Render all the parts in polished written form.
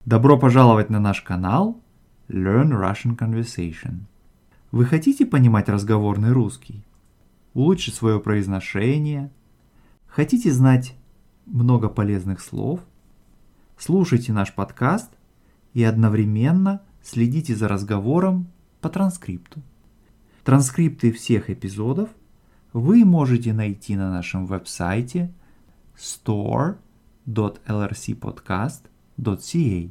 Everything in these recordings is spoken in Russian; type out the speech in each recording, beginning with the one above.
Добро пожаловать на наш канал Learn Russian Conversation. Вы хотите понимать разговорный русский? Улучшить свое произношение? Хотите знать много полезных слов? Слушайте наш подкаст и одновременно следите за разговором по транскрипту. Транскрипты всех эпизодов вы можете найти на нашем веб-сайте store.lrcpodcast.ca.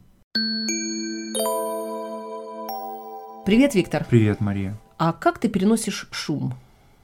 Привет, Виктор. Привет, Мария. А как ты переносишь шум?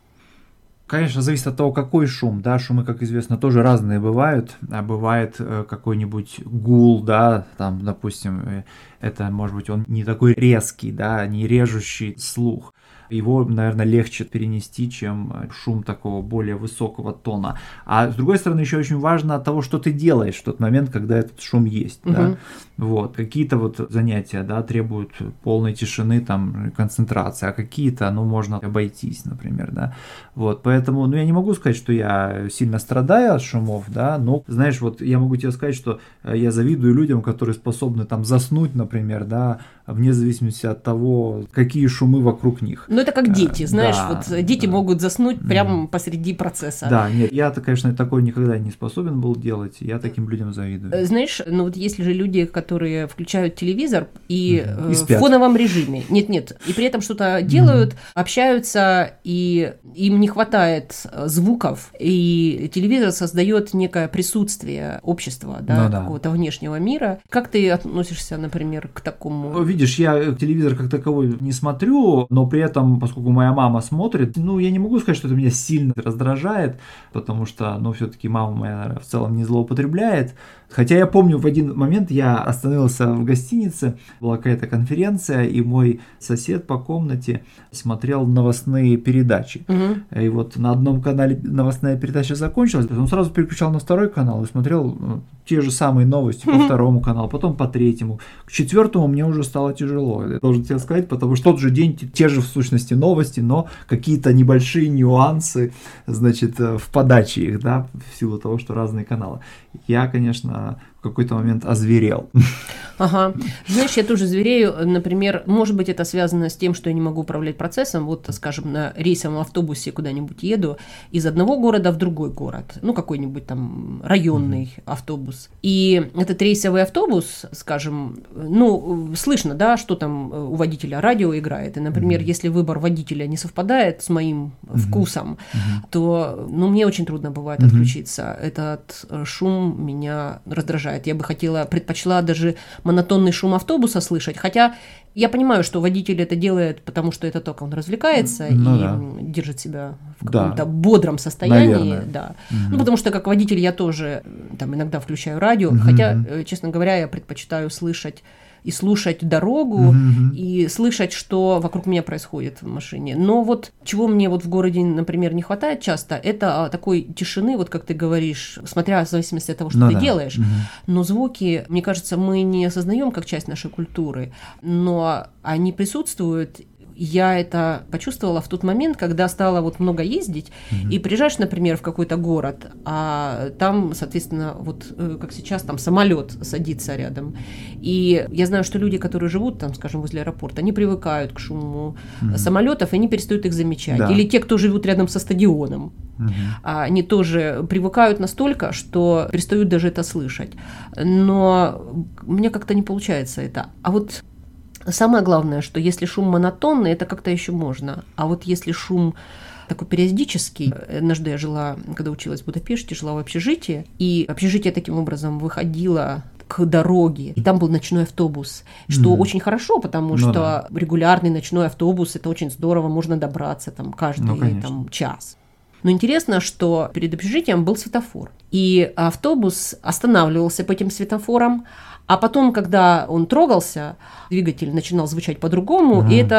Конечно, зависит от того, какой шум, да, шумы, как известно, тоже разные бывают, а бывает какой-нибудь гул, да, там, допустим, это, может быть, он не такой резкий, да, не режущий слух. Его, наверное, легче перенести, чем шум такого более высокого тона. А с другой стороны, еще очень важно от того, что ты делаешь в тот момент, когда этот шум есть. Да? Вот. Какие-то вот занятия, да, требуют полной тишины, там, концентрации, а какие-то, можно обойтись, например, да. Вот. Поэтому, я не могу сказать, что я сильно страдаю от шумов, да, но, знаешь, вот я могу тебе сказать, что я завидую людям, которые способны там заснуть, например, да, вне зависимости от того, какие шумы вокруг них. Это как дети, знаешь, да, дети могут заснуть прямо посреди процесса. Да, нет, я-то, конечно, такой никогда не способен был делать, я таким людям завидую. Знаешь, есть же люди, которые включают телевизор и в фоновом режиме, нет, и при этом что-то делают, общаются, и им не хватает звуков, и телевизор создает некое присутствие общества, какого-то внешнего мира. Как ты относишься, например, к такому? Видишь, я телевизор как таковой не смотрю, но при этом, поскольку моя мама смотрит, я не могу сказать, что это меня сильно раздражает, потому что, все-таки мама моя, наверное, в целом не злоупотребляет. Хотя я помню, в один момент я остановился в гостинице, была какая-то конференция, и мой сосед по комнате смотрел новостные передачи. И вот на одном канале новостная передача закончилась, он сразу переключал на второй канал и смотрел те же самые новости по второму каналу, потом по третьему. К четвертому мне уже стало тяжело, я должен тебе сказать, потому что тот же день, те же в сущности новости, но какие-то небольшие нюансы, в подаче их, да, в силу того, что разные каналы. Я, конечно, в какой-то момент озверел. Ага. Знаешь, я тоже зверею, например, может быть, это связано с тем, что я не могу управлять процессом. Скажем, на рейсовом автобусе куда-нибудь еду из одного города в другой город, какой-нибудь там районный автобус. И этот рейсовый автобус, скажем, слышно, да, что там у водителя радио играет. И, например, если выбор водителя не совпадает с моим вкусом, то, мне очень трудно бывает отключиться. Этот шум меня раздражает. Я бы предпочла даже монотонный шум автобуса слышать, хотя я понимаю, что водитель это делает, потому что это только он развлекается держит себя в каком-то бодром состоянии. Наверное. Да. Потому что как водитель я тоже иногда включаю радио, хотя, честно говоря, я предпочитаю слышать и слушать дорогу, и слышать, что вокруг меня происходит в машине. Но чего мне в городе, например, не хватает часто, это такой тишины, как ты говоришь, смотря в зависимости от того, что ты делаешь. Но звуки, мне кажется, мы не осознаем как часть нашей культуры, но они присутствуют. Я это почувствовала в тот момент, когда стала много ездить, и приезжаешь, например, в какой-то город, а там, соответственно, как сейчас, там самолет садится рядом. И я знаю, что люди, которые живут там, скажем, возле аэропорта, они привыкают к шуму самолетов, и они перестают их замечать. Да. Или те, кто живут рядом со стадионом, они тоже привыкают настолько, что перестают даже это слышать. Но у меня как-то не получается это. А самое главное, что если шум монотонный, это как-то еще можно. А если шум такой периодический, однажды я жила, когда училась в Будапеште, жила в общежитии, и общежитие таким образом выходило к дороге, и там был ночной автобус, что очень хорошо, потому что регулярный ночной автобус, это очень здорово, можно добраться там каждый час. Но интересно, что перед общежитием был светофор, и автобус останавливался по этим светофорам, а потом, когда он трогался, двигатель начинал звучать по-другому, и это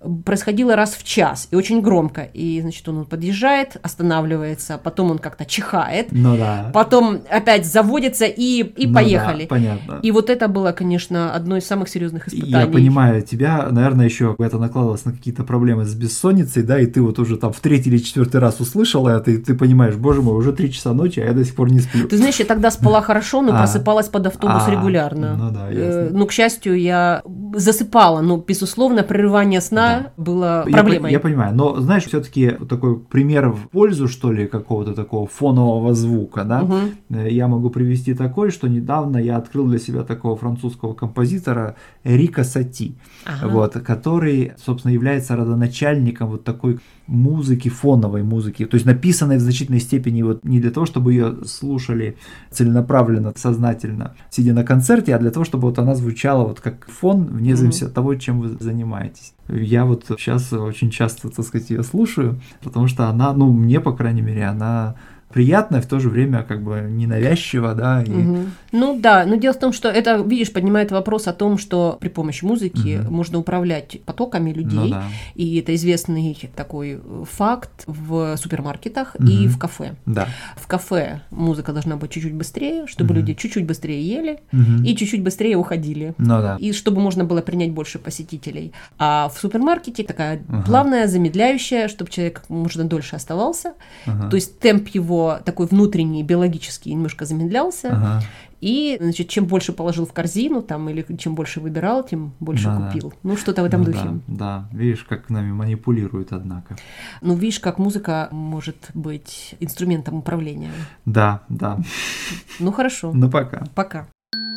происходило раз в час и очень громко. И, значит, он подъезжает, останавливается, потом он как-то чихает, потом опять заводится и поехали. Да, понятно. И вот это было, конечно, одно из самых серьезных испытаний. Я понимаю тебя, наверное, еще это накладывалось на какие-то проблемы с бессонницей, да, и ты вот уже там в 3-й или 4-й раз услышала это, и ты понимаешь, боже мой, уже 3 часа ночи, а я до сих пор не сплю. Ты знаешь, я тогда спала хорошо, но просыпалась под автобус регулярно. Ну да, ясно. Ну, к счастью, я засыпала, но, безусловно, прерывание сна было проблемой. Я понимаю, но, знаешь, все-таки такой пример в пользу, что ли, какого-то такого фонового звука, да, я могу привести такой, что недавно я открыл для себя такого французского композитора Рика Сати, вот, который, собственно, является родоначальником вот такой музыки, фоновой музыки, то есть написанной в значительной степени вот не для того, чтобы ее слушали целенаправленно, сознательно, сидя на концерте, а для того, чтобы вот она звучала вот как фон, вне зависимости от того, чем вы занимаетесь. Я вот сейчас очень часто, так сказать, ее слушаю, потому что она, ну, мне, по крайней мере, она приятно и в то же время как бы ненавязчиво, да. Ну да, но дело в том, что это, видишь, поднимает вопрос о том, что при помощи музыки можно управлять потоками людей, и это известный такой факт в супермаркетах и в кафе. Да. В кафе музыка должна быть чуть-чуть быстрее, чтобы люди чуть-чуть быстрее ели и чуть-чуть быстрее уходили, и чтобы можно было принять больше посетителей. А в супермаркете такая плавная, замедляющая, чтобы человек как можно дольше оставался, то есть темп его такой внутренний, биологический немножко замедлялся, и, значит, чем больше положил в корзину, там, или чем больше выбирал, тем больше купил. Ну, что-то в этом духе. Да, видишь, как нами манипулируют, однако. Ну, видишь, как музыка может быть инструментом управления. Да. Ну, хорошо. Ну, пока. Пока.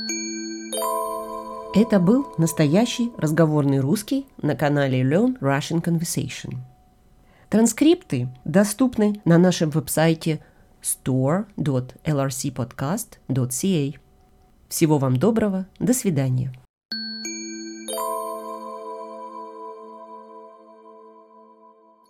Это был настоящий разговорный русский на канале Learn Russian Conversation. Транскрипты доступны на нашем веб-сайте store.lrcpodcast.ca. Всего вам доброго, до свидания.